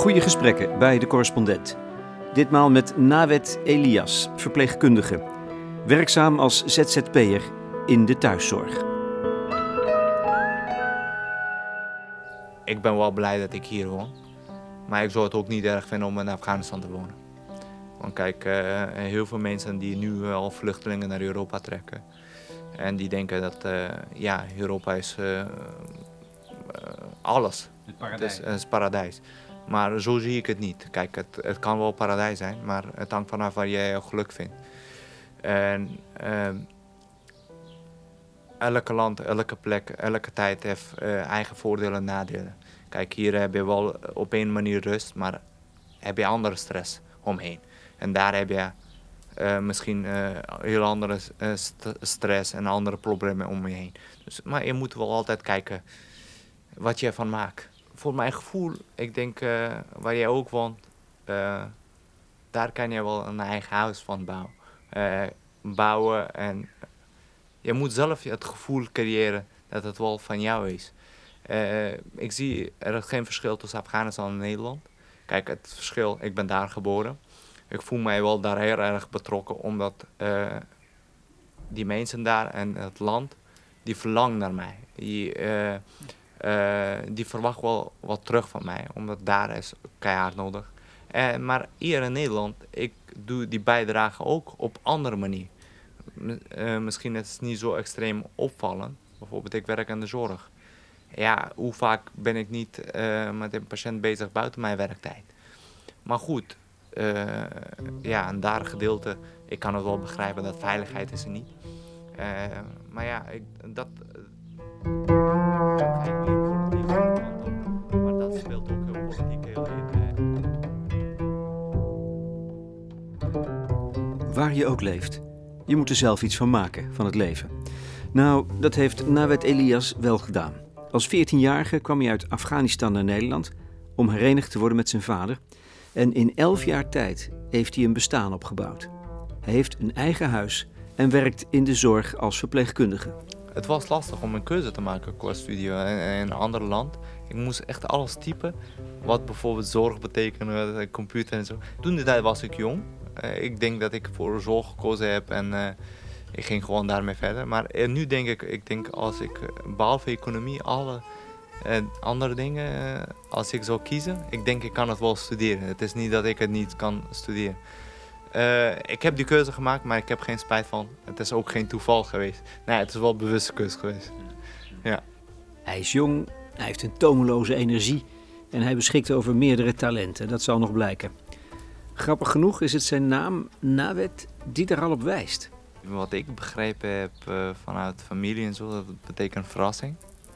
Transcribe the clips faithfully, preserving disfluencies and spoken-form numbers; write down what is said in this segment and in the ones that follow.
Goede gesprekken bij de correspondent. Ditmaal met Nawed Elias, verpleegkundige. Werkzaam als Z Z P'er in de thuiszorg. Ik ben wel blij dat ik hier woon. Maar ik zou het ook niet erg vinden om in Afghanistan te wonen. Want kijk, uh, heel veel mensen die nu al vluchtelingen naar Europa trekken. En die denken dat uh, ja, Europa is uh, uh, alles. Het paradijs. Het is, het is paradijs. Maar zo zie ik het niet. Kijk, het, het kan wel paradijs zijn, maar het hangt vanaf waar jij je geluk vindt. En uh, elke land, elke plek, elke tijd heeft uh, eigen voordelen en nadelen. Kijk, hier heb je wel op een manier rust, maar heb je andere stress omheen. En daar heb je uh, misschien uh, heel andere uh, st- stress en andere problemen om je heen. Dus, maar je moet wel altijd kijken wat je ervan maakt. Voor mijn gevoel, ik denk uh, waar jij ook woont, uh, daar kan je wel een eigen huis van bouwen. Uh, bouwen en je moet zelf het gevoel creëren dat het wel van jou is. Uh, ik zie er geen verschil tussen Afghanistan en Nederland. Kijk, het verschil, ik ben daar geboren. Ik voel mij wel daar heel erg betrokken, omdat uh, die mensen daar en het land, die verlangen naar mij. Die, uh, uh, die verwacht wel wat terug van mij, omdat daar is keihard nodig. Uh, maar hier in Nederland, ik doe die bijdrage ook op andere manier. Uh, misschien is het niet zo extreem opvallend. Bijvoorbeeld, ik werk in de zorg. Ja, hoe vaak ben ik niet uh, met een patiënt bezig buiten mijn werktijd. Maar goed, uh, ja, een daar gedeelte, ik kan het wel begrijpen dat veiligheid is er niet. Uh, maar ja, ik, dat... Uh, ga ik meer politiek kant op, maar dat speelt ook heel politiek heel in. Uh. Waar je ook leeft, je moet er zelf iets van maken, van het leven. Nou, dat heeft Nawed Elias wel gedaan. Als veertienjarige kwam hij uit Afghanistan naar Nederland om herenigd te worden met zijn vader. En in elf jaar tijd heeft hij een bestaan opgebouwd. Hij heeft een eigen huis en werkt in de zorg als verpleegkundige. Het was lastig om een keuze te maken qua studie in een ander land. Ik moest echt alles typen. Wat bijvoorbeeld zorg betekende, computer en zo. Toen de tijd was ik jong. Uh, ik denk dat ik voor zorg gekozen heb en uh, ik ging gewoon daarmee verder. Maar uh, nu denk ik, ik denk als ik, behalve economie, alle uh, andere dingen, uh, als ik zou kiezen, ik denk ik kan het wel studeren. Het is niet dat ik het niet kan studeren. Uh, ik heb die keuze gemaakt, maar ik heb geen spijt van. Het is ook geen toeval geweest. Nee, het is wel een bewuste keuze geweest. Ja. Hij is jong, hij heeft een tomeloze energie en hij beschikt over meerdere talenten. Dat zal nog blijken. Grappig genoeg is het zijn naam, Nawed, die er al op wijst. Wat ik begrepen heb uh, vanuit familie en zo, dat betekent verrassing.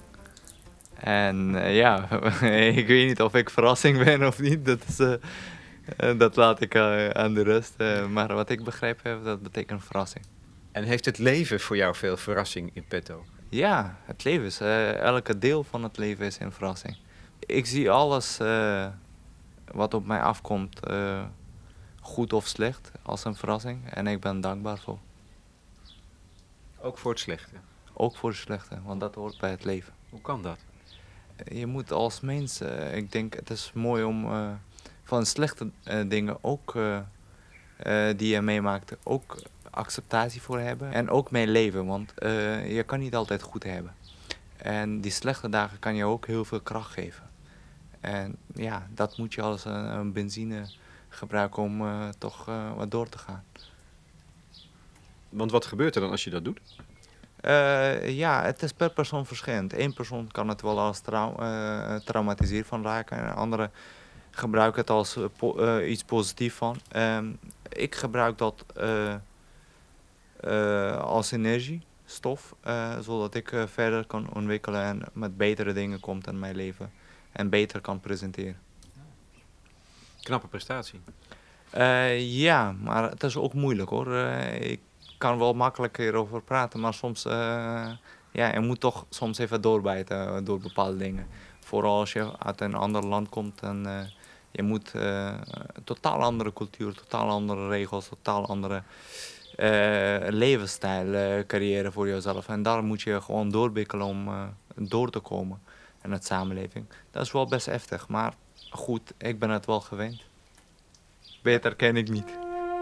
En uh, ja, ik weet niet of ik verrassing ben of niet. Dat, is, uh, uh, dat laat ik uh, aan de rust. Uh, maar wat ik begrepen heb, dat betekent verrassing. En heeft het leven voor jou veel verrassing in petto? Ja, het leven is, uh, elke deel van het leven is een verrassing. Ik zie alles uh, wat op mij afkomt, uh, goed of slecht, als een verrassing. En ik ben dankbaar voor. Ook voor het slechte? Ook voor het slechte, want dat hoort bij het leven. Hoe kan dat? Je moet als mens, uh, ik denk het is mooi om uh, van slechte uh, dingen ook uh, uh, die je meemaakt, ook acceptatie voor hebben. En ook mee leven, want uh, je kan niet altijd goed hebben. En die slechte dagen kan je ook heel veel kracht geven. En ja, dat moet je als een, een benzine gebruiken om uh, toch uh, wat door te gaan. Want wat gebeurt er dan als je dat doet? Uh, ja, het is per persoon verschillend. Eén persoon kan het wel als trau- uh, traumatiseerd van raken. En anderen gebruiken het als uh, po- uh, iets positiefs van. Um, ik gebruik dat uh, uh, als energiestof. Uh, zodat ik uh, verder kan ontwikkelen en met betere dingen komt in mijn leven. En beter kan presenteren. Knappe prestatie. Uh, ja, maar het is ook moeilijk hoor. Uh, ik kan wel makkelijk hierover praten, maar soms, uh, ja, je moet toch soms even doorbijten door bepaalde dingen. Vooral als je uit een ander land komt en uh, je moet uh, een totaal andere cultuur, totaal andere regels, totaal andere uh, levensstijl uh, creëren voor jezelf. En daar moet je gewoon doorbikkelen om uh, door te komen in het samenleving. Dat is wel best heftig, maar goed, ik ben het wel gewend. Beter ken ik niet.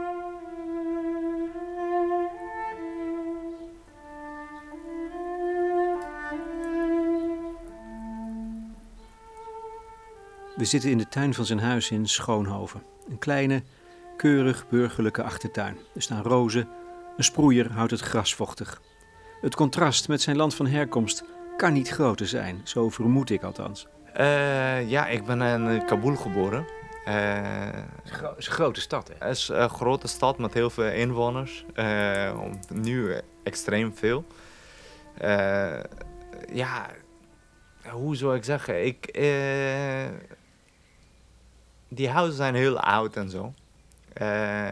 We zitten in de tuin van zijn huis in Schoonhoven. Een kleine, keurig burgerlijke achtertuin. Er staan rozen, een sproeier houdt het gras vochtig. Het contrast met zijn land van herkomst kan niet groter zijn, zo vermoed ik althans. Uh, ja, ik ben in Kabul geboren. Uh, het is, gro- is een grote stad, hè? Het is een grote stad met heel veel inwoners. Uh, nu extreem veel. Uh, ja, hoe zou ik zeggen? Ik, uh, die huizen zijn heel oud en zo. Uh,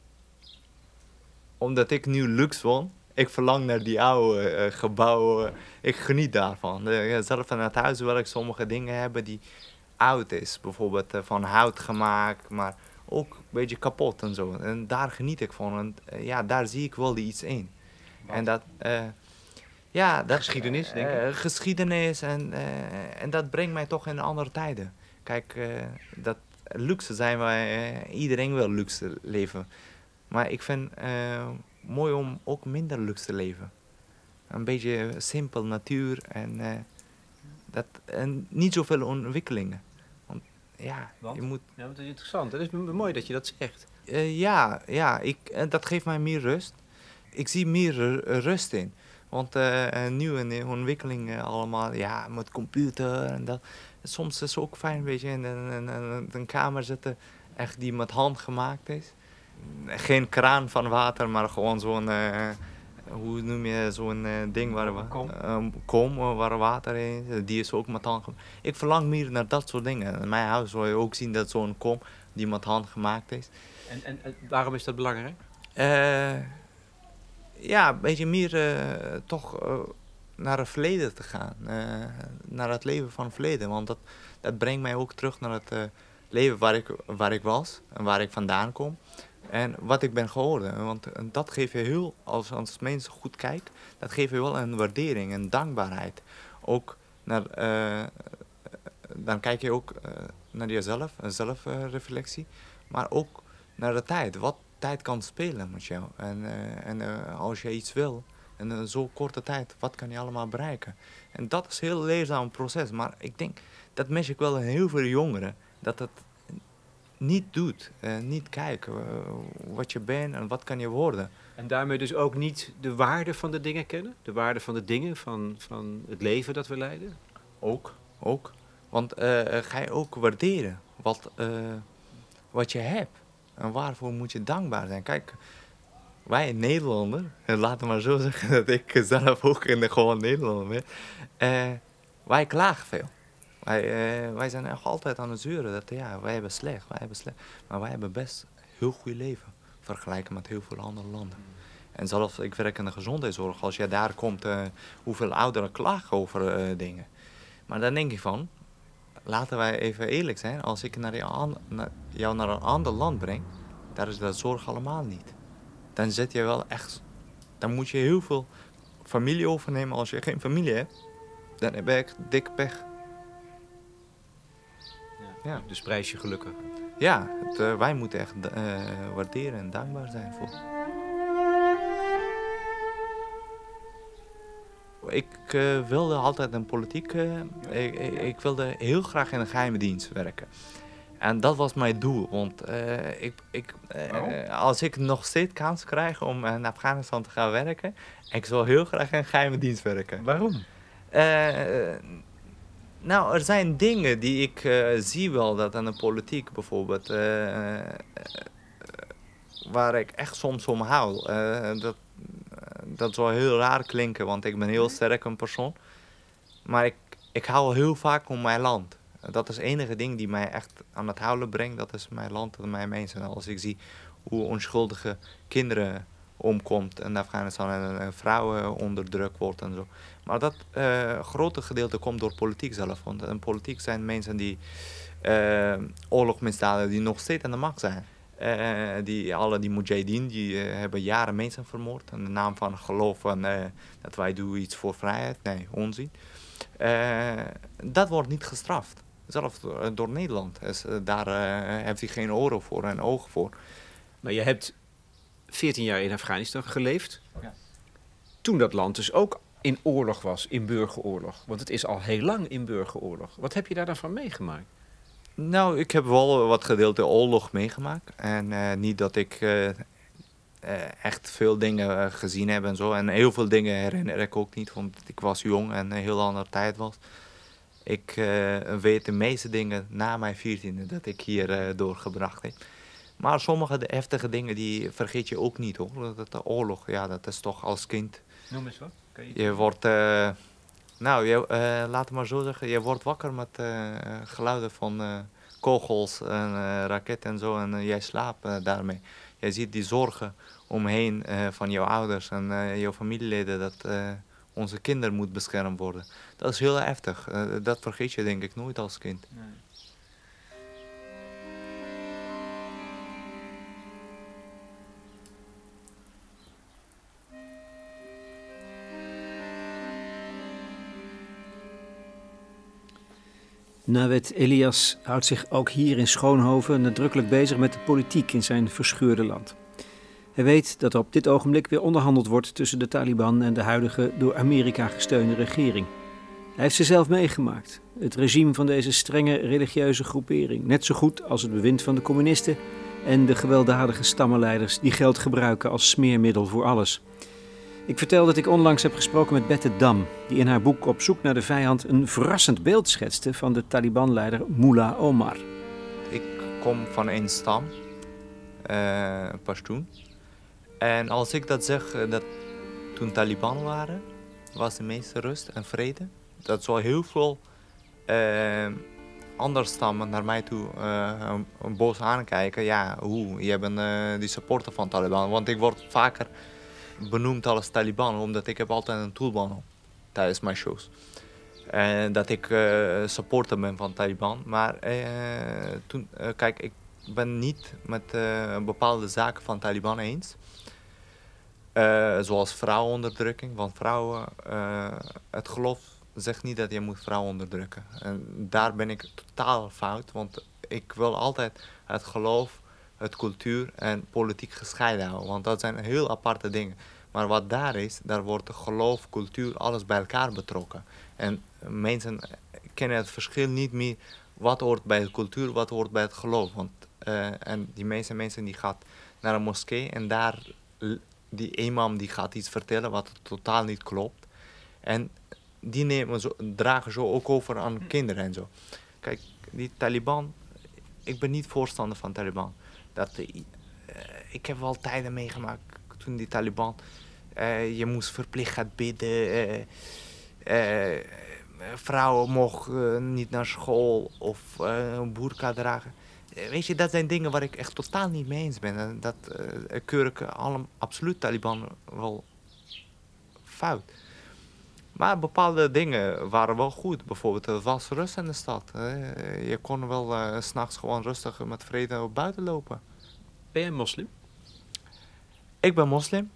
omdat ik nu luxe woon. Ik verlang naar die oude uh, gebouwen. Ik geniet daarvan. Uh, zelf in het huis wil ik sommige dingen hebben die oud is. Bijvoorbeeld uh, van hout gemaakt, maar ook een beetje kapot en zo. En daar geniet ik van. En uh, ja, daar zie ik wel iets in. Wat? En dat... Uh, ja, dat geschiedenis, denk ik. Uh, geschiedenis en, uh, en dat brengt mij toch in andere tijden. Kijk, uh, dat luxe zijn wij... Uh, iedereen wil luxe leven. Maar ik vind... Uh, mooi om ook minder luxe te leven. Een beetje simpel natuur en, uh, dat, en niet zoveel ontwikkelingen. Want ja, Want? je moet... Ja, dat is interessant. Het is mooi dat je dat zegt. Uh, ja, ja ik, uh, dat geeft mij meer rust. Ik zie meer r- rust in. Want uh, nu in de ontwikkeling uh, allemaal, ja, met computer en dat. Soms is het ook fijn, weet je, in een, in een, een kamer zitten, echt die met hand gemaakt is. Geen kraan van water, maar gewoon zo'n, uh, hoe noem je zo'n uh, ding waar we, kom. Uh, kom waar water in is. Die is ook met hand gemaakt. Ik verlang meer naar dat soort dingen. In mijn huis wil je ook zien dat zo'n kom die met hand gemaakt is. En, en, en waarom is dat belangrijk? Uh, ja, een beetje meer uh, toch uh, naar het verleden te gaan. Uh, naar het leven van het verleden. Want dat, dat brengt mij ook terug naar het uh, leven waar ik, waar ik was en waar ik vandaan kom. En wat ik ben geworden. Want dat geeft je heel, als, als mensen goed kijken, dat geeft je wel een waardering en dankbaarheid. Ook naar, uh, dan kijk je ook uh, naar jezelf, een zelfreflectie. Maar ook naar de tijd. Wat tijd kan spelen met jou. En, uh, en uh, als je iets wil, in uh, zo'n korte tijd, wat kan je allemaal bereiken? En dat is een heel leerzaam proces. Maar ik denk, dat mis ik wel in heel veel jongeren. Dat het niet doet, uh, niet kijken uh, wat je bent en wat kan je worden. En daarmee dus ook niet de waarde van de dingen kennen? De waarde van de dingen, van, van het leven dat we leiden? Ook, ook. Want uh, ga je ook waarderen wat, uh, wat je hebt. En waarvoor moet je dankbaar zijn. Kijk, wij Nederlander, laten we maar zo zeggen dat ik zelf ook in de gewoon Nederlander ben. Uh, wij klagen veel. Wij, uh, wij zijn echt altijd aan het zeuren dat ja, wij hebben slecht, wij hebben slecht. Maar wij hebben best heel goed leven, vergelijken met heel veel andere landen. Mm. En zelfs, ik werk in de gezondheidszorg, als je daar komt, uh, hoeveel ouderen klagen over uh, dingen. Maar dan denk ik van, laten wij even eerlijk zijn, als ik naar jou, naar jou naar een ander land breng, daar is dat zorg allemaal niet. Dan zit je wel echt, dan moet je heel veel familie overnemen. Als je geen familie hebt, dan heb je echt dik pech. Ja, dus prijs je gelukkig. Ja, het, uh, wij moeten echt uh, waarderen en dankbaar zijn voor. Ik uh, wilde altijd in politiek, uh, ik, ik wilde heel graag in de geheime dienst werken. En dat was mijn doel, want uh, ik, ik, uh, als ik nog steeds kans krijg om in Afghanistan te gaan werken, ik zou heel graag in de geheime dienst werken. Waarom? Uh, Nou, er zijn dingen die ik uh, zie wel dat aan de politiek bijvoorbeeld, uh, uh, waar ik echt soms om hou. Uh, dat, uh, dat zal heel raar klinken, want ik ben heel sterk een persoon. Maar ik, ik hou heel vaak om mijn land. Dat is het enige ding die mij echt aan het huilen brengt, dat is mijn land en mijn mensen. Als ik zie hoe onschuldige kinderen omkomt in Afghanistan en, en vrouwen onderdrukt wordt en zo. Maar dat uh, grote gedeelte komt door politiek zelf. Want in politiek zijn mensen die uh, oorlogsmisdaden die nog steeds aan de macht zijn. Uh, die, alle die mujahideen die uh, hebben jaren mensen vermoord. In de naam van geloof van uh, dat wij doen iets voor vrijheid. Nee, onzin. Uh, dat wordt niet gestraft. zelfs door, door Nederland. Dus, uh, daar uh, heeft hij geen oren voor en ogen voor. Maar je hebt veertien jaar in Afghanistan geleefd. Ja. Toen dat land dus ook in oorlog was, in burgeroorlog. Want het is al heel lang in burgeroorlog. Wat heb je daar dan van meegemaakt? Nou, ik heb wel wat gedeelte oorlog meegemaakt. En uh, niet dat ik uh, uh, echt veel dingen uh, gezien heb en zo. En heel veel dingen herinner ik ook niet, want ik was jong en een heel andere tijd was. Ik uh, weet de meeste dingen na mijn veertiende dat ik hier uh, doorgebracht heb. Maar sommige de heftige dingen die vergeet je ook niet, hoor. Dat de oorlog, ja, dat is toch als kind. Noem eens wat. Kan je... Je wordt, uh, nou, je, uh, laat het maar zo zeggen, je wordt wakker met uh, geluiden van uh, kogels en uh, raketten en zo. En uh, jij slaapt uh, daarmee. Je ziet die zorgen omheen uh, van jouw ouders en uh, jouw familieleden dat uh, onze kinderen moet beschermd worden. Dat is heel heftig. Uh, dat vergeet je denk ik nooit als kind. Nee. Nawed Elias houdt zich ook hier in Schoonhoven nadrukkelijk bezig met de politiek in zijn verscheurde land. Hij weet dat er op dit ogenblik weer onderhandeld wordt tussen de Taliban en de huidige door Amerika gesteunde regering. Hij heeft ze zelf meegemaakt, het regime van deze strenge religieuze groepering, net zo goed als het bewind van de communisten en de gewelddadige stammenleiders die geld gebruiken als smeermiddel voor alles. Ik vertel dat ik onlangs heb gesproken met Bette Dam, die in haar boek Op zoek naar de vijand een verrassend beeld schetste van de Taliban-leider Mullah Omar. Ik kom van een stam, uh, Pashtun. En als ik dat zeg, dat toen Taliban waren, was de meeste rust en vrede. Dat zou heel veel uh, andere stammen naar mij toe uh, een boos aankijken. Ja, hoe? Je bent uh, die supporter van Taliban. Want ik word vaker benoemd als Taliban, omdat ik heb altijd een tulband op tijdens mijn shows. En dat ik uh, supporter ben van Taliban. Maar uh, toen, uh, kijk, ik ben niet met uh, bepaalde zaken van Taliban eens. Uh, zoals vrouwenonderdrukking. Want vrouwen, uh, het geloof zegt niet dat je moet vrouwen onderdrukken. En daar ben ik totaal fout. Want ik wil altijd het geloof, het cultuur en politiek gescheiden houden. Want dat zijn heel aparte dingen. Maar wat daar is, daar wordt geloof, cultuur, alles bij elkaar betrokken. En mensen kennen het verschil niet meer. Wat hoort bij de cultuur, wat hoort bij het geloof. Want, uh, en die meeste mensen die gaan naar een moskee en daar die imam die gaat iets vertellen wat totaal niet klopt. En die nemen zo, dragen zo ook over aan kinderen en zo. Kijk, die Taliban, ik ben niet voorstander van Taliban. Dat, uh, ik heb wel tijden meegemaakt toen die Taliban, uh, je moest verplicht gaan bidden. Uh, uh, vrouwen mochten uh, niet naar school of uh, een boerka dragen. Uh, weet je, dat zijn dingen waar ik echt totaal niet mee eens ben. En dat uh, keur ik allemaal absoluut Taliban wel fout. Maar bepaalde dingen waren wel goed. Bijvoorbeeld, er was rust in de stad. Uh, je kon wel uh, 's nachts gewoon rustig met vrede op buiten lopen. Ben jij moslim? Ik ben moslim.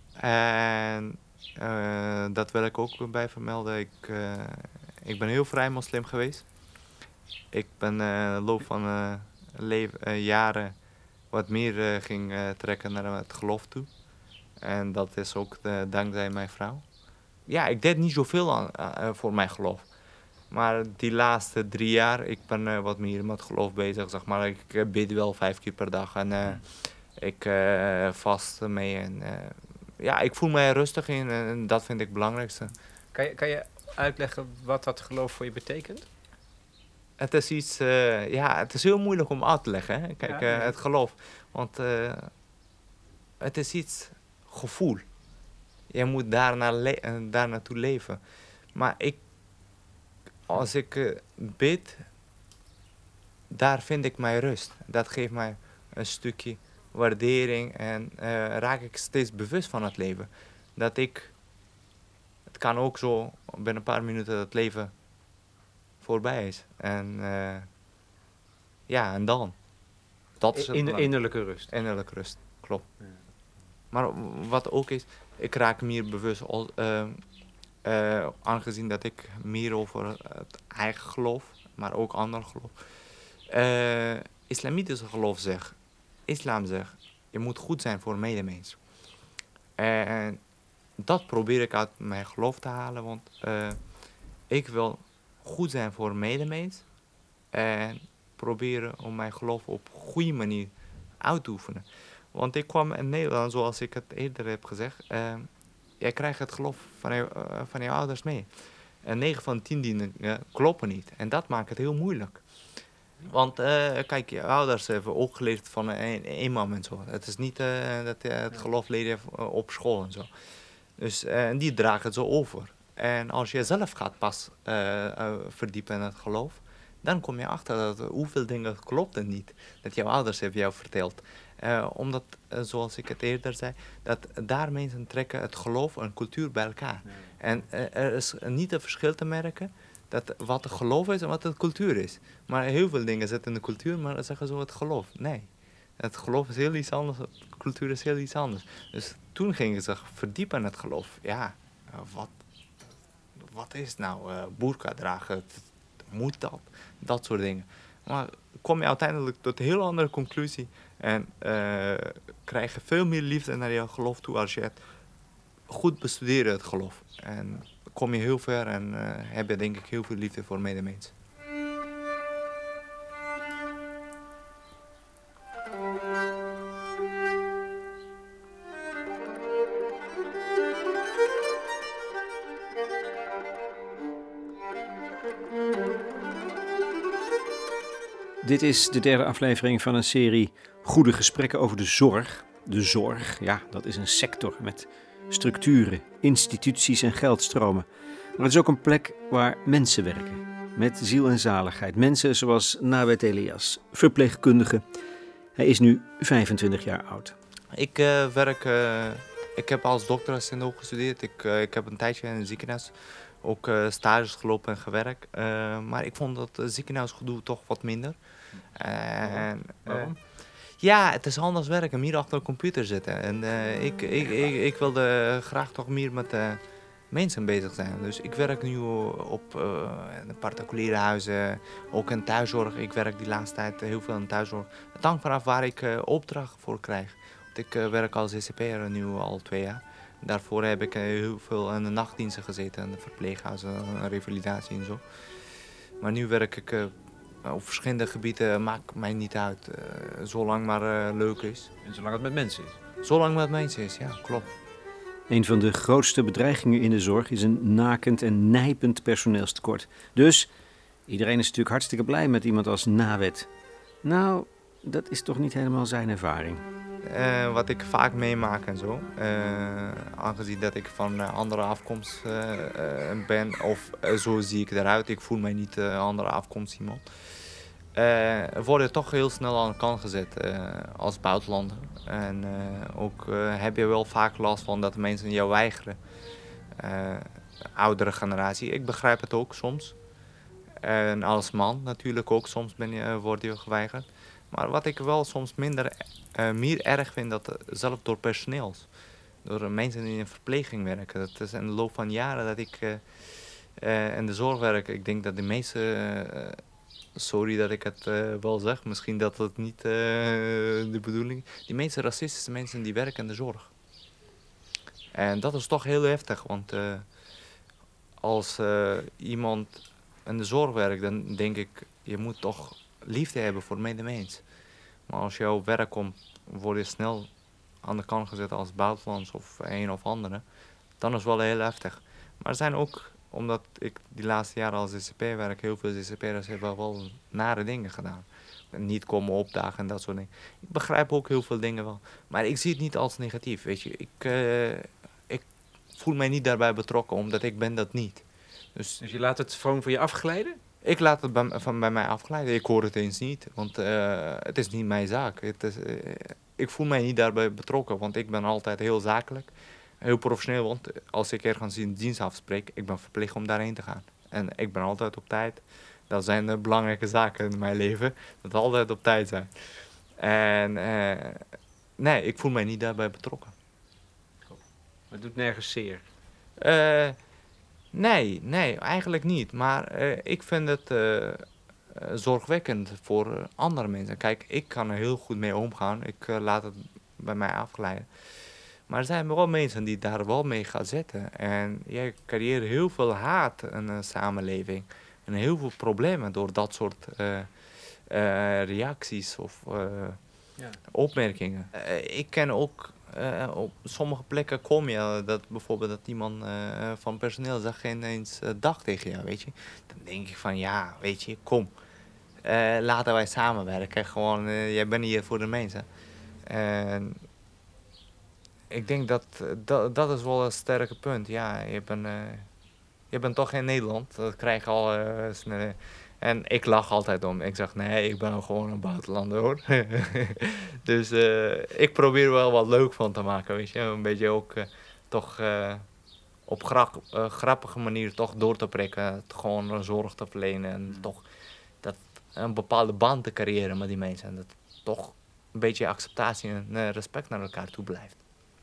En uh, dat wil ik ook bij vermelden. Ik, uh, ik ben heel vrij moslim geweest. Ik ben in uh, de loop van uh, leven, uh, jaren wat meer uh, ging uh, trekken naar het geloof toe. En dat is ook de, dankzij mijn vrouw. Ja, ik deed niet zoveel aan, uh, voor mijn geloof. Maar die laatste drie jaar, ik ben uh, wat meer met geloof bezig, zeg maar. Ik uh, bid wel vijf keer per dag en uh, ik uh, vast mee. En, uh, ja, ik voel mij rustig in en dat vind ik het belangrijkste. Kan je, kan je uitleggen wat dat geloof voor je betekent? Het is iets, uh, ja, het is heel moeilijk om uit te leggen, hè? Kijk, ja, uh, het geloof. Want uh, het is iets, gevoel. Je moet daar, naar le- daar naartoe leven. Maar ik, als ik uh, bid, daar vind ik mijn rust. Dat geeft mij een stukje waardering en uh, raak ik steeds bewust van het leven. Dat ik, het kan ook zo binnen een paar minuten het leven voorbij is. En uh, ja, en dan. Dat is het In, innerlijke rust. Innerlijke rust, klopt. Ja. Maar wat ook is, ik raak meer bewust, uh, uh, aangezien dat ik meer over het eigen geloof, maar ook andere geloof. Uh, islamitische geloof zegt, islam zegt, je moet goed zijn voor medemens. En dat probeer ik uit mijn geloof te halen, want uh, ik wil goed zijn voor medemens en proberen om mijn geloof op een goede manier uit te oefenen. Want ik kwam in Nederland, zoals ik het eerder heb gezegd, uh, jij krijgt het geloof van je, uh, van je ouders mee. En negen van tien dingen uh, kloppen niet. En dat maakt het heel moeilijk. Want uh, kijk, je ouders hebben ook geleerd van een imam en zo. Het is niet uh, dat je het geloof leren op school en zo. Dus uh, en die dragen het zo over. En als je zelf gaat pas uh, uh, verdiepen in het geloof, dan kom je achter dat hoeveel dingen kloppen niet. Dat jouw ouders hebben jou verteld. Uh, omdat, uh, zoals ik het eerder zei, dat daar mensen trekken het geloof en cultuur bij elkaar. Nee. En uh, er is niet een verschil te merken dat wat het geloof is en wat het cultuur is. Maar heel veel dingen zitten in de cultuur, maar dan zeggen ze het geloof. Nee, het geloof is heel iets anders, de cultuur is heel iets anders. Dus toen gingen ze verdiepen in het geloof. Ja, uh, wat, wat is nou uh, boerka dragen? Moet dat? Dat soort dingen. Maar kom je uiteindelijk tot een heel andere conclusie en uh, krijg je veel meer liefde naar je geloof toe als je het goed bestudeert, het geloof. En kom je heel ver en uh, heb je denk ik heel veel liefde voor medemens. Dit is de derde aflevering van een serie goede gesprekken over de zorg. De zorg, ja, dat is een sector met structuren, instituties en geldstromen. Maar het is ook een plek waar mensen werken, met ziel en zaligheid. Mensen zoals Nawed Elias, verpleegkundige. Hij is nu vijfentwintig jaar oud. Ik uh, werk, uh, ik heb als dokterassistent ook gestudeerd. Ik, uh, ik heb een tijdje in een ziekenhuis ook uh, stages gelopen en gewerkt. Uh, maar ik vond dat uh, ziekenhuisgedoe toch wat minder. Uh, uh, ja, het is anders werken, meer achter de computer zitten. En uh, ik, ik, ik, ik wilde graag toch meer met uh, mensen bezig zijn. Dus ik werk nu op uh, particuliere huizen, ook in thuiszorg. Ik werk die laatste tijd heel veel in thuiszorg. Het hangt vanaf waar ik uh, opdracht voor krijg. Want ik uh, werk als Z Z P'er nu al twee jaar. Daarvoor heb ik uh, heel veel in de nachtdiensten gezeten, in de verpleeghuizen, revalidatie en zo. Maar nu werk ik uh, op verschillende gebieden, maakt mij niet uit, uh, zolang maar uh, leuk is. En zolang het met mensen is? Zolang het met mensen is, ja, klopt. Een van de grootste bedreigingen in de zorg is een nakend en nijpend personeelstekort. Dus iedereen is natuurlijk hartstikke blij met iemand als Nawed. Nou, dat is toch niet helemaal zijn ervaring. Uh, wat ik vaak meemaak en zo, uh, aangezien dat ik van uh, andere afkomst uh, uh, ben, of uh, zo zie ik eruit, ik voel mij niet uh, andere afkomst iemand, uh, word je toch heel snel aan de kant gezet uh, als buitenlander. En uh, ook uh, heb je wel vaak last van dat mensen jou weigeren. Uh, oudere generatie, ik begrijp het ook soms. En als man natuurlijk ook, soms ben je, uh, word je geweigerd. Maar wat ik wel soms minder, uh, meer erg vind, dat uh, zelf door personeels, door uh, mensen die in verpleging werken. Dat is in de loop van jaren dat ik uh, uh, in de zorg werk. Ik denk dat de meeste, uh, sorry dat ik het uh, wel zeg, misschien dat het niet uh, de bedoeling is. Die meeste racistische mensen die werken in de zorg. En dat is toch heel heftig, want uh, als uh, iemand in de zorg werkt, dan denk ik, je moet toch liefde hebben voor medemens. Maar als je op werk komt, word je snel aan de kant gezet als buitenlands of een of andere. Dan is het wel heel heftig. Maar er zijn ook, omdat ik die laatste jaren als Z Z P'er werk, heel veel Z Z P'ers hebben wel nare dingen gedaan. Niet komen opdagen en dat soort dingen. Ik begrijp ook heel veel dingen wel. Maar ik zie het niet als negatief, weet je. Ik, uh, ik voel mij niet daarbij betrokken, omdat ik ben dat niet. Dus, dus je laat het gewoon van je afglijden? Ik laat het bij, van bij mij afglijden. Ik hoor het eens niet, want uh, het is niet mijn zaak. Het is, uh, ik voel mij niet daarbij betrokken, want ik ben altijd heel zakelijk, heel professioneel. Want als ik ergens in dienst afspreek, ik ben verplicht om daarheen te gaan. En ik ben altijd op tijd. Dat zijn de belangrijke zaken in mijn leven, dat altijd op tijd zijn. En uh, nee, ik voel mij niet daarbij betrokken. Het doet nergens zeer? Uh, Nee, nee, eigenlijk niet. Maar uh, ik vind het uh, uh, zorgwekkend voor uh, andere mensen. Kijk, ik kan er heel goed mee omgaan. Ik uh, laat het bij mij afglijden. Maar er zijn wel mensen die daar wel mee gaan zitten. En jij creëert heel veel haat in de samenleving. En heel veel problemen door dat soort uh, uh, reacties of uh, ja. opmerkingen. Uh, ik ken ook, uh, op sommige plekken kom je, dat bijvoorbeeld dat iemand uh, van personeel zegt geen eens uh, dag tegen jou, weet je. Dan denk ik van, ja, weet je, kom. Uh, laten wij samenwerken. Gewoon, uh, jij bent hier voor de mensen. En ik denk dat, dat dat is wel een sterke punt. Ja, je bent, uh, je bent toch in Nederland. Dat krijg je al uh, snel. En ik lach altijd om. Ik zeg, nee, ik ben gewoon een buitenlander, hoor. Dus uh, ik probeer wel wat leuk van te maken, weet je. Een beetje ook uh, toch uh, op gra- uh, grappige manier toch door te prikken. Gewoon zorg te verlenen. En mm. toch dat, een bepaalde band te creëren met die mensen. En dat toch een beetje acceptatie en uh, respect naar elkaar toe blijft.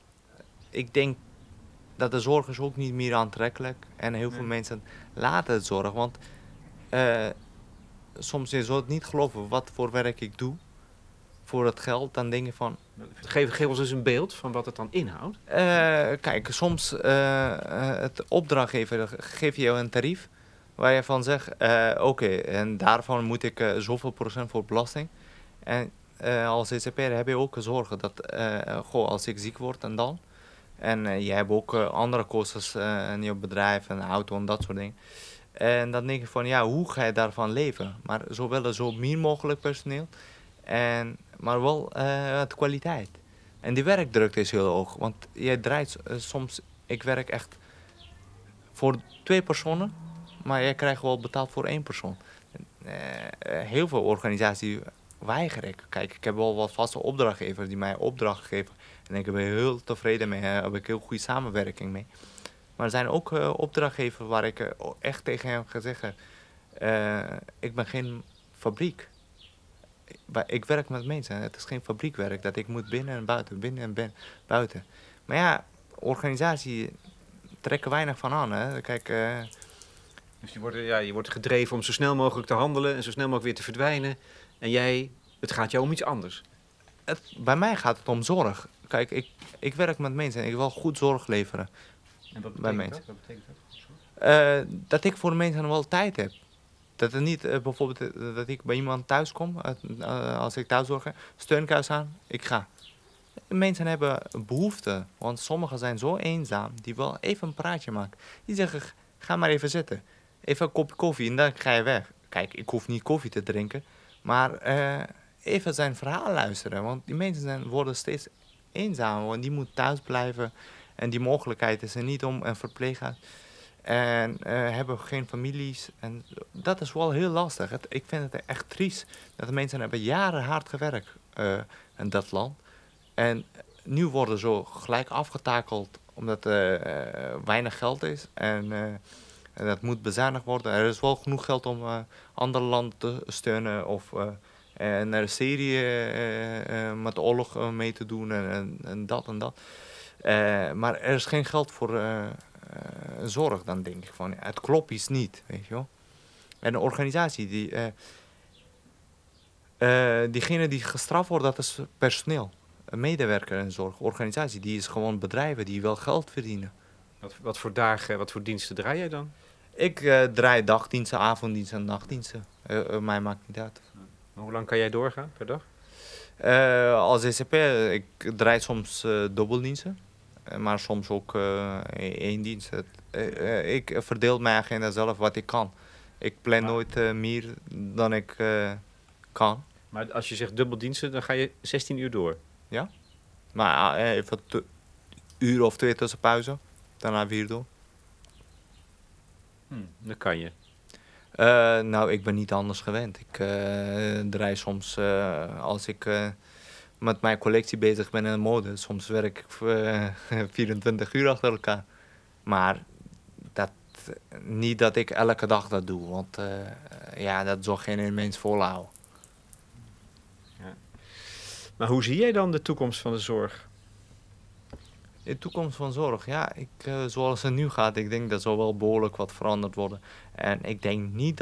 Ik denk dat de zorg is ook niet meer aantrekkelijk. En heel veel nee. mensen laten het zorg. Want uh, soms je zult het niet geloven wat voor werk ik doe. Voor het geld. Dan denk je van... Geef, geef ons eens een beeld van wat het dan inhoudt. Uh, kijk, soms uh, uh, het opdrachtgever geeft je een tarief. Waar je van zegt, uh, oké, okay, en daarvan moet ik uh, zoveel procent voor belasting. En uh, als Z Z P'er heb je ook zorgen dat, uh, goh, als ik ziek word en dan... En uh, je hebt ook uh, andere kosten uh, in je bedrijf, een auto en dat soort dingen. En dan denk ik van, ja, hoe ga je daarvan leven? Maar zo willen zo min mogelijk personeel, en, maar wel uh, het kwaliteit. En die werkdrukte is heel hoog, want je draait uh, soms, ik werk echt voor twee personen, maar je krijgt wel betaald voor één persoon. Uh, uh, heel veel organisaties weiger ik. Kijk, ik heb wel wat vaste opdrachtgevers die mij opdracht geven. En ik ben heel tevreden mee, daar heb ik heel goede samenwerking mee. Maar er zijn ook uh, opdrachtgevers waar ik uh, echt tegen hem ga zeggen... Uh, ik ben geen fabriek. Ik, ik werk met mensen, het is geen fabriekwerk. Dat ik moet binnen en buiten, binnen en ben, buiten. Maar ja, organisatie trekken weinig van aan. Hè. Kijk... Uh, dus je wordt, ja, je wordt gedreven om zo snel mogelijk te handelen en zo snel mogelijk weer te verdwijnen. En jij, het gaat jou om iets anders. Het, bij mij gaat het om zorg. Kijk, ik, ik werk met mensen en ik wil goed zorg leveren. En wat bij betekent mensen. dat? Wat betekent dat? Uh, dat ik voor de mensen wel tijd heb. Dat het niet uh, bijvoorbeeld uh, dat ik bij iemand thuis kom, uh, uh, als ik thuiszorg heb, steunkuis aan, ik ga. Mensen hebben behoefte, want sommigen zijn zo eenzaam, die wel even een praatje maken. Die zeggen, ga maar even zitten. Even een kopje koffie en dan ga je weg. Kijk, ik hoef niet koffie te drinken, maar uh, even zijn verhaal luisteren. Want die mensen zijn, worden steeds eenzamer, want die moeten thuis blijven. En die mogelijkheid is er niet om een verpleeghuis. En uh, hebben geen families. En dat is wel heel lastig. Het, ik vind het echt triest. Dat de mensen hebben jaren hard gewerkt uh, in dat land. En nu worden zo gelijk afgetakeld omdat er uh, weinig geld is. En, uh, en dat moet bezuinigd worden. Er is wel genoeg geld om uh, andere landen te steunen. Of uh, naar de Syrië uh, uh, met de oorlog uh, mee te doen. En, en, en dat en dat. Uh, maar er is geen geld voor uh, uh, zorg, dan denk ik van, ja, het klopt iets niet, weet je wel. En een organisatie, die, uh, uh, diegene die gestraft wordt, dat is personeel. Een medewerker in zorg. Een organisatie, die is gewoon bedrijven die wel geld verdienen. Wat, wat voor dagen, wat voor diensten draai jij dan? Ik uh, draai dagdiensten, avonddiensten en nachtdiensten. Uh, uh, mij maakt niet uit. Maar hoe lang kan jij doorgaan per dag? Uh, als Z Z P'er, ik draai soms uh, dubbeldiensten. Maar soms ook uh, één dienst. Uh, uh, ik verdeel mijn agenda zelf wat ik kan. Ik plan maar, nooit uh, meer dan ik uh, kan. Maar als je zegt dubbeldiensten, dan ga je zestien uur door? Ja. Maar uh, even een uur of twee tussen pauze. Daarna weer door. Hmm, dat kan je. Uh, nou, ik ben niet anders gewend. Ik uh, draai soms uh, als ik... Uh, met mijn collectie bezig ben in de mode. Soms werk ik uh, vierentwintig uur achter elkaar. Maar dat, niet dat ik elke dag dat doe. Want uh, ja, dat zal geen mens volhouden. Ja. Maar hoe zie jij dan de toekomst van de zorg? De toekomst van zorg? Ja, ik, uh, zoals het nu gaat, ik denk dat zal wel behoorlijk wat veranderd worden. En ik denk niet dat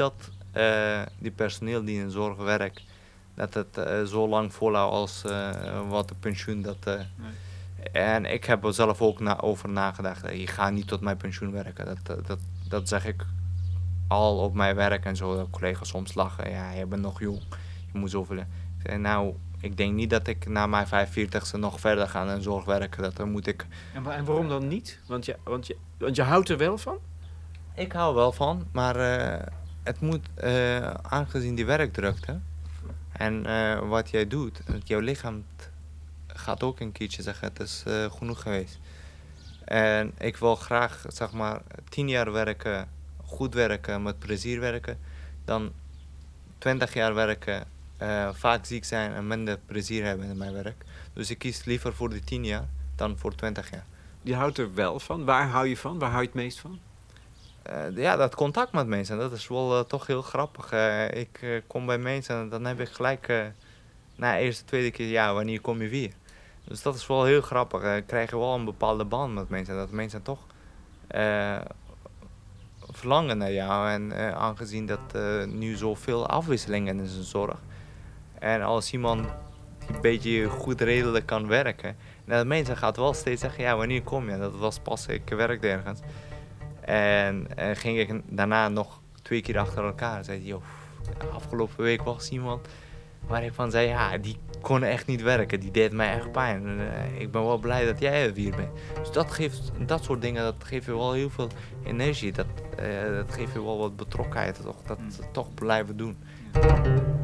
uh, die personeel die in zorg werkt, dat het uh, zo lang volhoudt als uh, wat de pensioen dat... Uh, nee. En ik heb er zelf ook na, over nagedacht. Je gaat niet tot mijn pensioen werken. Dat, dat, dat zeg ik al op mijn werk en zo. Dat collega's soms lachen. Ja, je bent nog jong. Je moet zoveel... En nou, ik denk niet dat ik na mijn vijfenveertigste nog verder ga in zorg werken. Dat dan moet ik... En, en waarom dan niet? Want je, want, je, want je houdt er wel van? Ik hou wel van, maar uh, het moet uh, aangezien die werkdrukte en uh, wat jij doet, jouw lichaam gaat ook een keertje zeggen, het is uh, genoeg geweest. En ik wil graag, zeg maar, tien jaar werken, goed werken, met plezier werken, dan twintig jaar werken, uh, vaak ziek zijn en minder plezier hebben in mijn werk. Dus ik kies liever voor die tien jaar dan voor twintig jaar. Je houdt er wel van? Waar hou je van? Waar hou je het meest van? Uh, ja, dat contact met mensen, dat is wel uh, toch heel grappig. Uh, ik uh, kom bij mensen en dan heb ik gelijk, uh, na de eerste, tweede keer, ja, wanneer kom je weer? Dus dat is wel heel grappig. Uh, krijg je wel een bepaalde band met mensen. Dat mensen toch uh, verlangen naar jou. En uh, aangezien dat uh, nu zoveel afwisselingen is in zorg. En als iemand die een beetje goed redelijk kan werken. En dat mensen gaat wel steeds zeggen, ja, wanneer kom je? Dat was pas, ik werkte ergens. En uh, ging ik daarna nog twee keer achter elkaar. Zei hij, joh, afgelopen week was iemand waar ik van zei, ja, die kon echt niet werken. Die deed mij echt pijn. En, uh, ik ben wel blij dat jij er weer bent. Dus dat geeft, dat soort dingen, dat geeft je wel heel veel energie. Dat, uh, dat geeft je wel wat betrokkenheid. Toch, dat mm. toch blijven doen. Ja.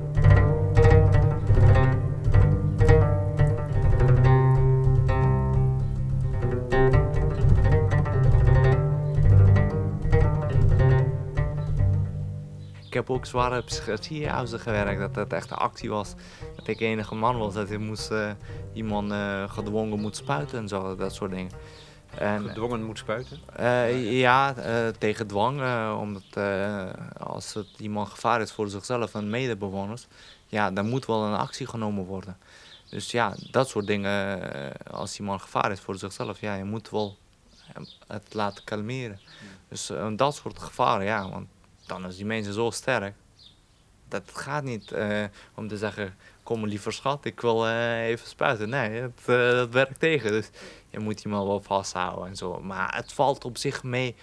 Ik heb ook zware psychiatriehuizen gewerkt, dat het echt een actie was. Dat ik enige man was, dat ik moest, uh, iemand uh, gedwongen moet spuiten en zo, dat soort dingen. En, gedwongen moet spuiten? Uh, ja, uh, tegen dwang, uh, omdat uh, als het iemand gevaar is voor zichzelf en medebewoners, ja, dan moet wel een actie genomen worden. Dus ja, dat soort dingen, uh, als iemand gevaar is voor zichzelf, ja, je moet wel het laten kalmeren. Ja. Dus uh, dat soort gevaren, ja, want dan is die mensen zo sterk. Dat gaat niet uh, om te zeggen, kom liever schat, ik wil uh, even spuiten. Nee, het, uh, dat werkt tegen. Dus je moet iemand wel vasthouden en zo. Maar het valt op zich mee.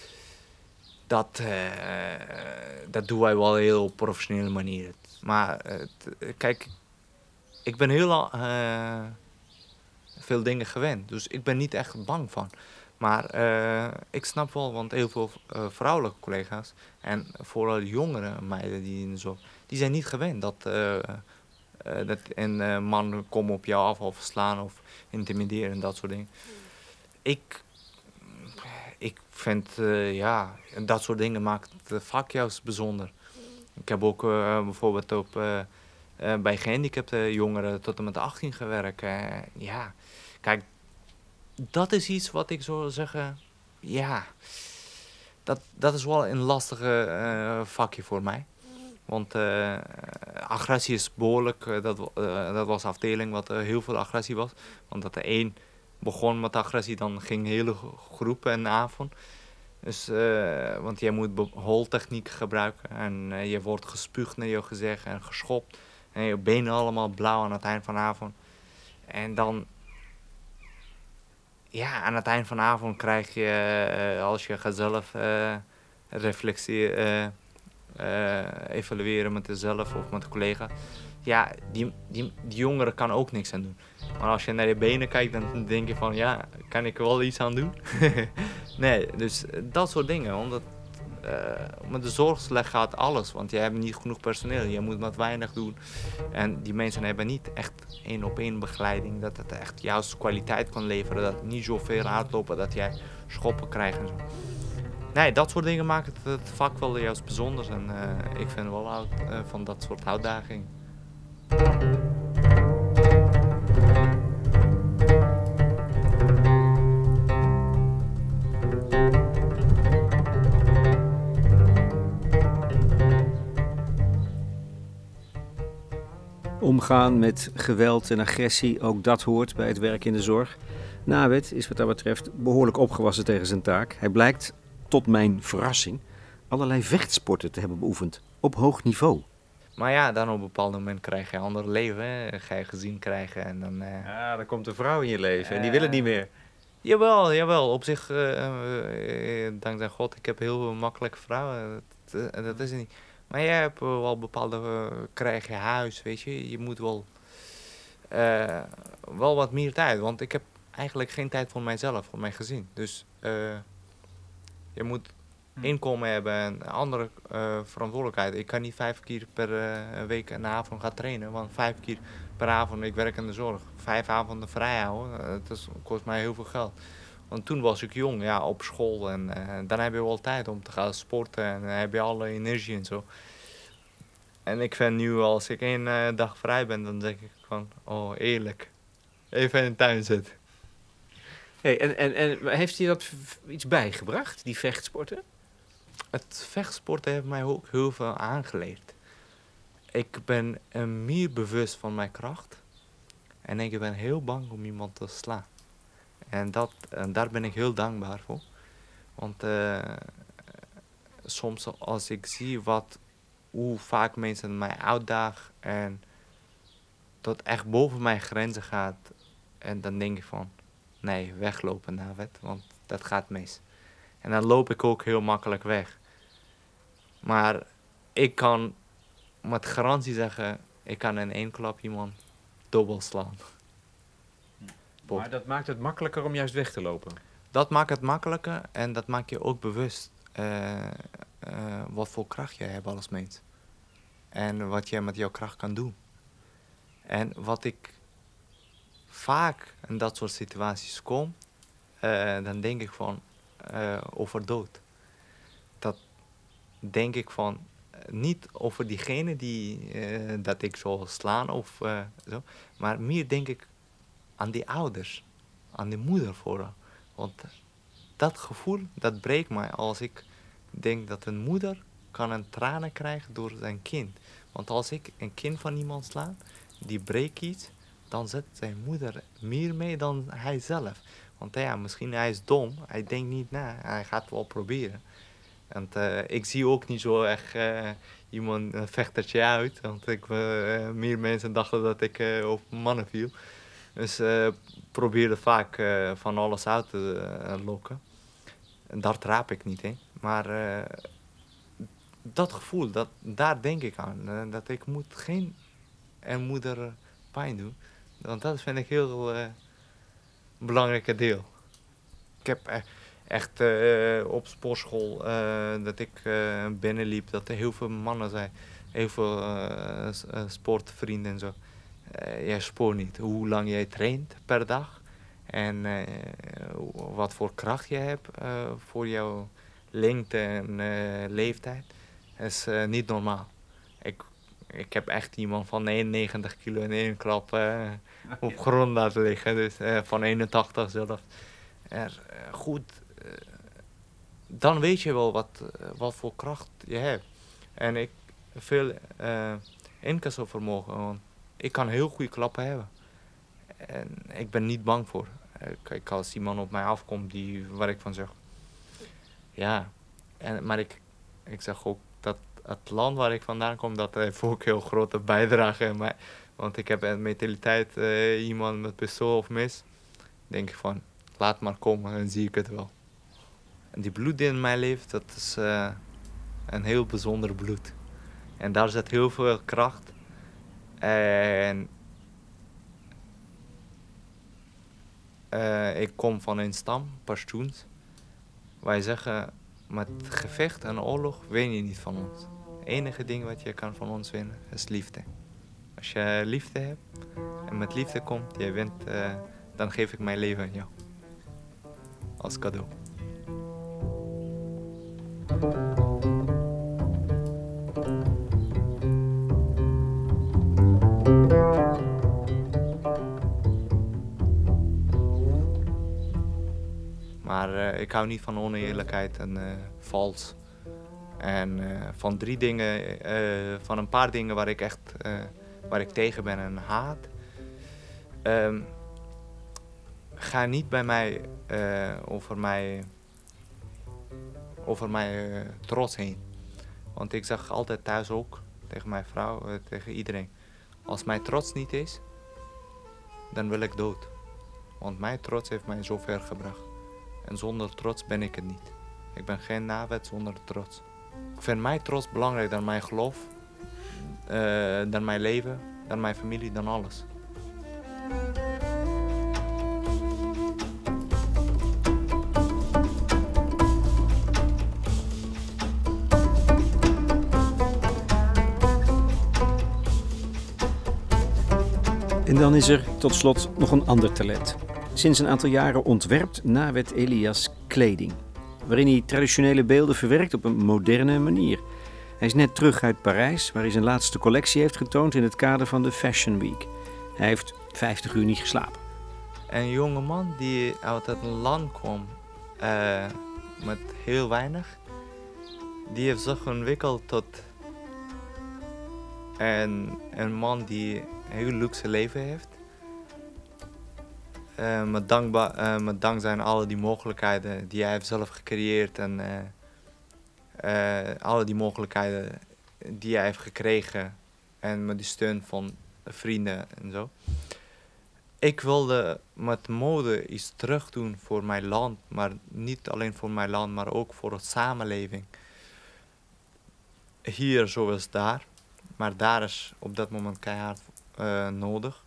Dat, uh, dat doen wij wel heel op professionele manier. Maar uh, t- kijk, ik ben heel lang uh, veel dingen gewend. Dus ik ben niet echt bang van. Maar uh, ik snap wel, want heel veel uh, vrouwelijke collega's en vooral jongere meiden die in de zorg, die zijn niet gewend dat, uh, uh, dat een uh, man komt op jou af of slaan of intimideren en dat soort dingen. Mm. Ik, ik vind, uh, ja, dat soort dingen maakt het vak juist bijzonder. Mm. Ik heb ook uh, bijvoorbeeld op, uh, uh, bij gehandicapte jongeren tot en met achttien gewerkt. Uh, ja, kijk. Dat is iets wat ik zou zeggen, ja, dat, dat is wel een lastige uh, vakje voor mij. Want uh, agressie is behoorlijk, uh, dat, uh, dat was afdeling wat uh, heel veel agressie was. Want dat de een begon met agressie, dan ging hele groepen en avond. Dus, uh, want jij moet holtechniek gebruiken en uh, je wordt gespuugd naar je gezicht en geschopt. En je benen allemaal blauw aan het eind van de avond. En dan... Ja, aan het eind van de avond krijg je, uh, als je gaat zelf uh, reflecteren, uh, uh, evalueren met jezelf of met een collega. Ja, die, die, die jongere kan ook niks aan doen. Maar als je naar je benen kijkt, dan denk je van, ja, kan ik er wel iets aan doen? Nee, dus dat soort dingen. Omdat uh, met de zorgsleg gaat alles, want je hebt niet genoeg personeel. Je moet met weinig doen. En die mensen hebben niet echt één op één begeleiding. Dat het echt juist kwaliteit kan leveren. Dat het niet zoveel hardlopen, dat jij schoppen krijgt en zo. Nee, dat soort dingen maken het, het vak wel juist bijzonder. En uh, ik vind wel uit, uh, van dat soort uitdagingen. Omgaan met geweld en agressie, ook dat hoort bij het werk in de zorg. Nawed is wat dat betreft behoorlijk opgewassen tegen zijn taak. Hij blijkt, tot mijn verrassing, allerlei vechtsporten te hebben beoefend. op hoog niveau. Maar ja, dan op een bepaald moment krijg je een ander leven. Hè? Ga je gezin krijgen en dan... Uh, ja, dan komt een vrouw in je leven en die uh, wil het niet meer. Jawel, jawel. Op zich, uh, uh, dankzij God, ik heb heel makkelijke vrouwen. Dat, uh, dat is het niet. Maar jij hebt wel bepaalde... Uh, krijg je huis, weet je. Je moet wel... Uh, wel wat meer tijd. Want ik heb eigenlijk geen tijd voor mijzelf, voor mijn gezin. Dus uh, je moet inkomen hebben en een andere uh, verantwoordelijkheid. Ik kan niet vijf keer per uh, week een avond gaan trainen. Want vijf keer per avond, ik werk in de zorg. Vijf avonden vrij houden, uh, dat kost mij heel veel geld. Want toen was ik jong, ja, op school. En uh, dan heb je wel tijd om te gaan sporten. En dan heb je alle energie en zo. En ik vind nu, als ik één uh, dag vrij ben, dan denk ik van... Oh, eerlijk. Even in de tuin zitten. Hey, en, en, en heeft hij dat iets bijgebracht, die vechtsporten? Het vechtsporten heeft mij ook heel veel aangeleerd. Ik ben uh, meer bewust van mijn kracht. En ik ben heel bang om iemand te slaan. En, dat, en daar ben ik heel dankbaar voor. Want uh, soms als ik zie wat, hoe vaak mensen mij uitdagen en tot echt boven mijn grenzen gaat. En dan denk ik van, nee, weglopen David, want dat gaat mis. En dan loop ik ook heel makkelijk weg. Maar ik kan met garantie zeggen, ik kan in één klap iemand dubbel slaan. Maar dat maakt het makkelijker om juist weg te lopen? Dat maakt het makkelijker en dat maakt je ook bewust uh, uh, wat voor kracht je hebt als mens. En wat je met jouw kracht kan doen. En wat ik vaak in dat soort situaties kom, uh, dan denk ik van uh, over dood. Dat denk ik van, uh, niet over diegene die uh, dat ik zal slaan of uh, zo, maar meer denk ik aan die ouders, aan die moeder vooral. Want dat gevoel, dat breekt mij als ik denk dat een moeder kan een tranen krijgen door zijn kind. Want als ik een kind van iemand sla, die breekt iets, dan zet zijn moeder meer mee dan hij zelf. Want ja, misschien hij is dom, hij denkt niet na, hij gaat wel proberen. Want uh, ik zie ook niet zo echt uh, iemand een vechtertje uit. Want ik, uh, meer mensen dachten dat ik uh, op mannen viel. Dus uh, probeerde vaak uh, van alles uit te uh, lokken. En daar trap ik niet in. Maar uh, dat gevoel, dat, daar denk ik aan. Uh, dat ik moet geen en moeder pijn doen. Want dat vind ik heel uh, belangrijke deel. Ik heb e- echt uh, op sportschool uh, dat ik uh, binnenliep, dat er heel veel mannen zijn. Heel veel uh, sportvrienden en zo. Uh, jij spoort niet hoe lang jij traint per dag. En uh, wat voor kracht je hebt uh, voor jouw lengte en uh, leeftijd. Dat is uh, niet normaal. Ik, ik heb echt iemand van eenennegentig kilo in één klap uh, op grond laten liggen. Dus uh, van eenentachtig zelf. Er, uh, goed, uh, dan weet je wel wat, uh, wat voor kracht je hebt. En ik veel uh, inkassovermogen. Want ik kan heel goede klappen hebben. En ik ben niet bang voor. Kijk, als iemand op mij afkomt die, waar ik van zeg... Ja, en, maar ik, ik zeg ook dat het land waar ik vandaan kom, dat heeft ook heel grote bijdrage in mij. Want ik heb een mentaliteit, uh, iemand met pistool of mes, denk ik van, laat maar komen en zie ik het wel. En die bloed die in mij leeft, dat is uh, een heel bijzonder bloed. En daar zit heel veel kracht. En uh, ik kom van een stam, Pashtuns. Wij zeggen, met gevecht en oorlog win je niet van ons. Het enige ding wat je kan van ons winnen is liefde. Als je liefde hebt en met liefde komt, je wint, uh, dan geef ik mijn leven aan jou. Als cadeau. Maar uh, ik hou niet van oneerlijkheid en uh, vals. En uh, van drie dingen, uh, van een paar dingen waar ik echt uh, waar ik tegen ben en haat. Um, ga niet bij mij uh, over mij over mijn uh, trots heen. Want ik zeg altijd thuis ook, tegen mijn vrouw, uh, tegen iedereen. Als mijn trots niet is, dan wil ik dood. Want mijn trots heeft mij zo ver gebracht. En zonder trots ben ik het niet. Ik ben geen Nawet zonder trots. Ik vind mijn trots belangrijk dan mijn geloof, uh, dan mijn leven, dan mijn familie, dan alles. En dan is er tot slot nog een ander talent. Sinds een aantal jaren ontwerpt Nawet Elias kleding, waarin hij traditionele beelden verwerkt op een moderne manier. Hij is net terug uit Parijs, waar hij zijn laatste collectie heeft getoond in het kader van de Fashion Week. Hij heeft vijftig uur niet geslapen. Een jonge man die uit een land kwam uh, met heel weinig, die heeft zich ontwikkeld tot een, een man die een heel luxe leven heeft. Uh, met, dankba- uh, met dankzij aan alle die mogelijkheden die hij heeft zelf gecreëerd en uh, uh, alle die mogelijkheden die hij heeft gekregen en met de steun van vrienden en zo. Ik wilde met mode iets terug doen voor mijn land, maar niet alleen voor mijn land, maar ook voor de samenleving. Hier zoals daar, maar daar is op dat moment keihard uh, nodig.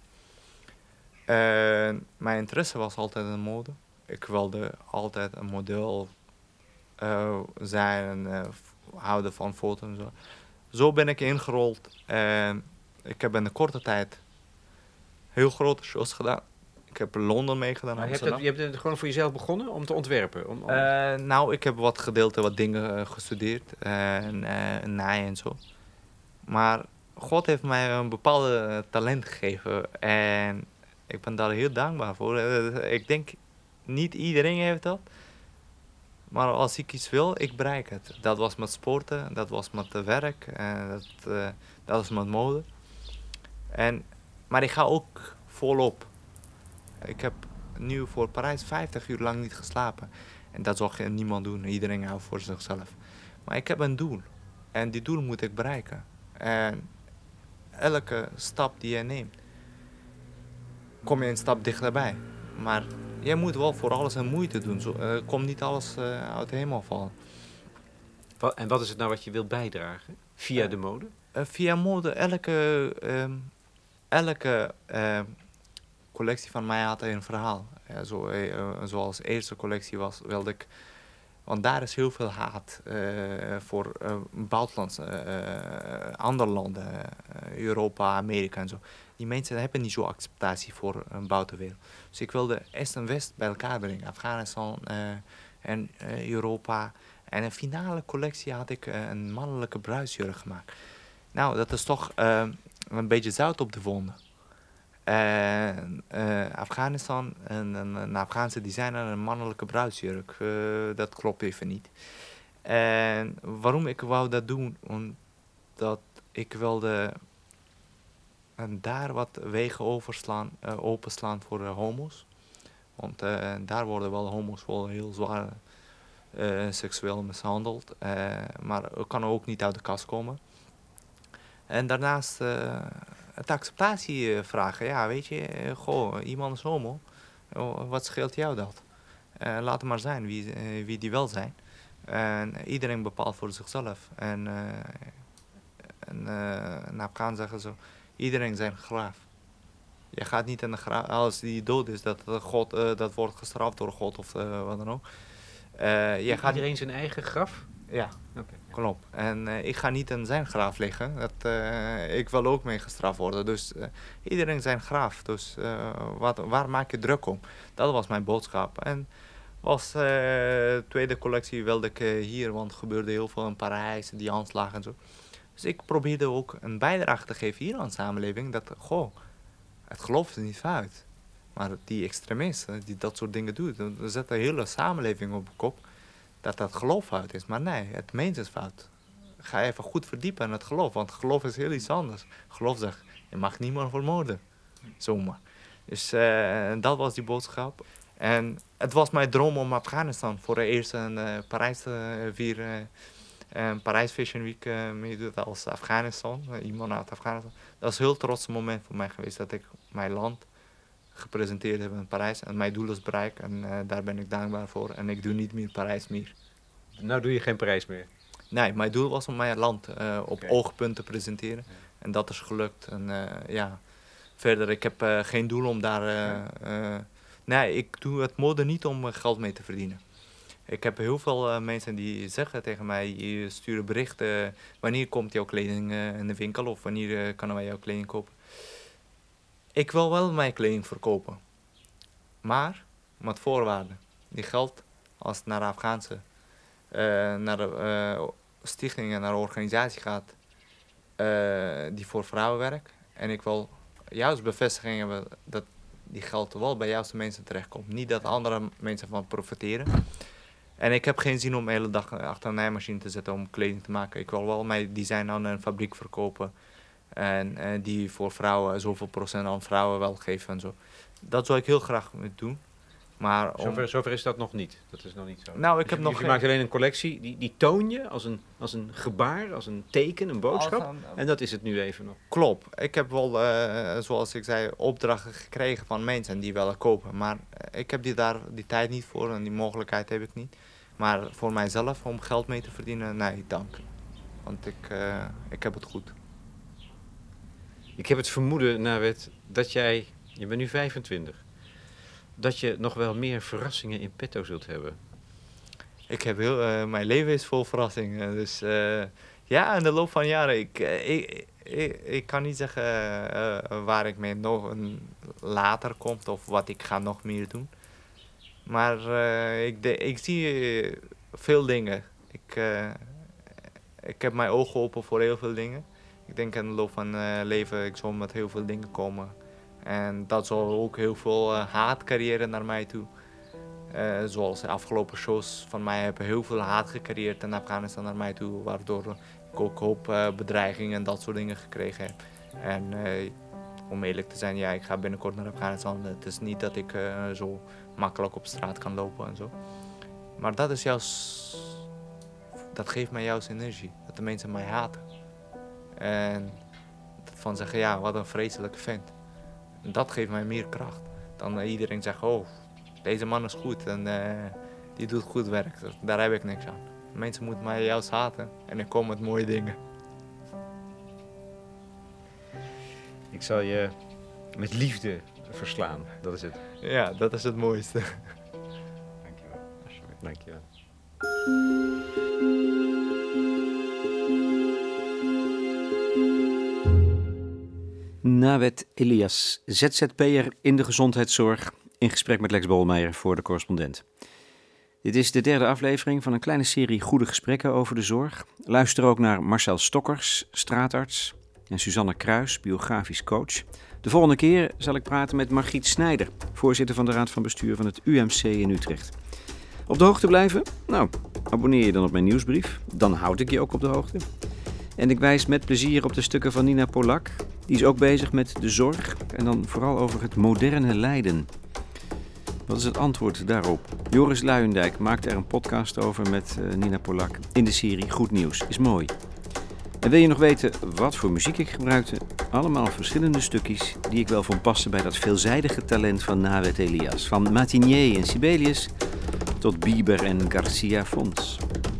Uh, mijn interesse was altijd in mode. Ik wilde altijd een model uh, zijn en uh, houden van foto's en zo. Zo ben ik ingerold. Uh, ik heb in een korte tijd heel grote shows gedaan. Ik heb Londen meegedaan. Maar je, hebt het, je hebt het gewoon voor jezelf begonnen om te ontwerpen? Om, om... Uh, nou, ik heb wat gedeelte, wat dingen uh, gestudeerd. Uh, en uh, naaien en zo. Maar God heeft mij een bepaalde uh, talent gegeven. En ik ben daar heel dankbaar voor. Uh, ik denk, niet iedereen heeft dat. Maar als ik iets wil, ik bereik het. Dat was met sporten, dat was met werk, uh, dat, uh, dat was met mode. En, maar ik ga ook volop. Ik heb nu voor Parijs vijftig uur lang niet geslapen. En dat zal niemand doen, iedereen houdt voor zichzelf. Maar ik heb een doel. En die doel moet ik bereiken. En elke stap die je neemt, kom je een stap dichterbij. Maar je moet wel voor alles een moeite doen. Zo, uh, komt niet alles uh, uit de hemel vallen. En wat is het nou wat je wilt bijdragen? Via uh, de mode? Uh, via mode. Elke, um, elke uh, collectie van mij had een verhaal. Ja, zo, uh, zoals de eerste collectie was, wilde ik... Want daar is heel veel haat uh, voor uh, buitenlands, uh, uh, andere landen, uh, Europa, Amerika en zo. Die mensen hebben niet zo acceptatie voor een buitenwereld. Dus ik wilde Est en West bij elkaar brengen. Afghanistan uh, en uh, Europa. En in de finale collectie had ik uh, een mannelijke bruidsjurk gemaakt. Nou, dat is toch uh, een beetje zout op de wonden. Uh, uh, Afghanistan, een, een, een Afghaanse designer, een mannelijke bruidsjurk. Uh, dat klopt even niet. En waarom ik wou dat doen? Omdat ik wilde en daar wat wegen overslaan, uh, openslaan voor uh, homo's. Want uh, daar worden wel homo's wel heel zwaar uh, seksueel mishandeld. Uh, maar het kan ook niet uit de kast komen. En daarnaast uh, het acceptatie vragen. Ja, weet je, uh, goh, iemand is homo. Oh, wat scheelt jou dat? Uh, laat het maar zijn, wie, uh, wie die wel zijn. En iedereen bepaalt voor zichzelf. En, uh, en uh, in Afghaan zeggen ze, iedereen zijn graaf. Je gaat niet in de graaf, als die dood is, dat, God, uh, dat wordt gestraft door God of uh, wat dan ook. Uh, je gaat iedereen zijn eigen graf? Ja, okay. Klopt. En uh, ik ga niet in zijn graf liggen. Dat, uh, ik wil ook mee gestraft worden. Dus uh, iedereen zijn graf. Dus uh, wat, waar maak je druk om? Dat was mijn boodschap. En was de uh, tweede collectie wilde ik uh, hier, want er gebeurde heel veel in Parijs, die aanslagen en zo. Dus ik probeerde ook een bijdrage te geven hier aan de samenleving. Dat, goh, het geloof is niet fout. Maar die extremisten die dat soort dingen doen, dan zet de hele samenleving op de kop. Dat dat geloof fout is. Maar nee, het mens is fout. Ga even goed verdiepen in het geloof. Want geloof is heel iets anders. Geloof zegt, je mag niemand vermoorden. Zomaar. Dus uh, dat was die boodschap. En het was mijn droom om Afghanistan voor de eerste in uh, Parijs te vieren. En Parijs Fashion Week uh, meedoet als Afghanistan, uh, iemand uit Afghanistan. Dat is een heel trots moment voor mij geweest dat ik mijn land gepresenteerd heb in Parijs. En mijn doel is bereikt en uh, daar ben ik dankbaar voor. En ik doe niet meer Parijs meer. Nou doe je geen Parijs meer? Nee, mijn doel was om mijn land uh, op okay. oogpunt te presenteren. Ja. En dat is gelukt. En uh, ja, verder, ik heb uh, geen doel om daar... Uh, uh, nee, ik doe het mode niet om uh, geld mee te verdienen. Ik heb heel veel uh, mensen die zeggen tegen mij, je sturen berichten, wanneer komt jouw kleding uh, in de winkel of wanneer uh, kunnen wij jouw kleding kopen. Ik wil wel mijn kleding verkopen, maar met voorwaarden. Die geld als het naar de Afghaanse, uh, naar de uh, stichting en naar de organisatie gaat uh, die voor vrouwen werkt. En ik wil juist bevestiging hebben dat die geld wel bij juiste mensen terechtkomt. Niet dat andere mensen van profiteren. En ik heb geen zin om de hele dag achter een naaimachine te zitten om kleding te maken. Ik wil wel mijn design aan een fabriek verkopen. En, en die voor vrouwen zoveel procent aan vrouwen wel geven en zo. Dat zou ik heel graag doen. Maar om... zover, zover is dat nog niet. Dat is nog niet zo. Nou, ik dus heb je, nog je geen... maakt alleen een collectie, die, die toon je als een, als een gebaar, als een teken, een boodschap. Een, uh, en dat is het nu even nog. Klopt. Ik heb wel, uh, zoals ik zei, opdrachten gekregen van mensen die willen kopen. Maar uh, ik heb die daar die tijd niet voor en die mogelijkheid heb ik niet. Maar voor mijzelf, om geld mee te verdienen, nee, dank. Want ik, uh, ik heb het goed. Ik heb het vermoeden, Nawed, dat jij, je bent nu vijfentwintig, dat je nog wel meer verrassingen in petto zult hebben. Ik heb heel, uh, mijn leven is vol verrassingen. Dus uh, ja, in de loop van jaren, ik, uh, ik, ik, ik kan niet zeggen uh, waar ik mee nog een later komt of wat ik ga nog meer doen. Maar uh, ik, de, ik zie uh, veel dingen. Ik, uh, ik heb mijn ogen open voor heel veel dingen. Ik denk in de loop van uh, leven, ik zal met heel veel dingen komen. En dat zal ook heel veel uh, haat creëren naar mij toe. Uh, zoals de afgelopen shows van mij hebben heel veel haat gecreëerd in Afghanistan naar mij toe. Waardoor ik ook hoop uh, bedreigingen en dat soort dingen gekregen heb. En uh, om eerlijk te zijn, ja, ik ga binnenkort naar Afghanistan. Het is niet dat ik uh, zo makkelijk op straat kan lopen en zo. Maar dat is juist, dat geeft mij juist energie. Dat de mensen mij haten. En van zeggen, ja, wat een vreselijke vent. En dat geeft mij meer kracht. Dan uh, iedereen zegt, oh, deze man is goed en uh, die doet goed werk. Daar heb ik niks aan. Mensen moeten mij juist haten en ik kom met mooie dingen. Ik zal je met liefde verslaan, dat is het. Ja, dat is het mooiste. Dankjewel. Alsjeblieft. Dankjewel. Nawed Elias, Z Z P'er in de gezondheidszorg, in gesprek met Lex Bolmeijer voor De Correspondent. Dit is de derde aflevering van een kleine serie goede gesprekken over de zorg. Luister ook naar Marcel Stokkers, straatarts, en Suzanne Kruis, biografisch coach. De volgende keer zal ik praten met Margriet Snijder, voorzitter van de Raad van Bestuur van het U M C in Utrecht. Op de hoogte blijven? Nou, abonneer je dan op mijn nieuwsbrief. Dan houd ik je ook op de hoogte. En ik wijs met plezier op de stukken van Nina Polak. Die is ook bezig met de zorg en dan vooral over het moderne lijden. Wat is het antwoord daarop? Joris Luijendijk maakt er een podcast over met uh, Nina Polak in de serie Goed Nieuws is Mooi. En wil je nog weten wat voor muziek ik gebruikte? Allemaal verschillende stukjes die ik wel vond passen bij dat veelzijdige talent van Nawed Elias. Van Martinier en Sibelius tot Bieber en Garcia Fons.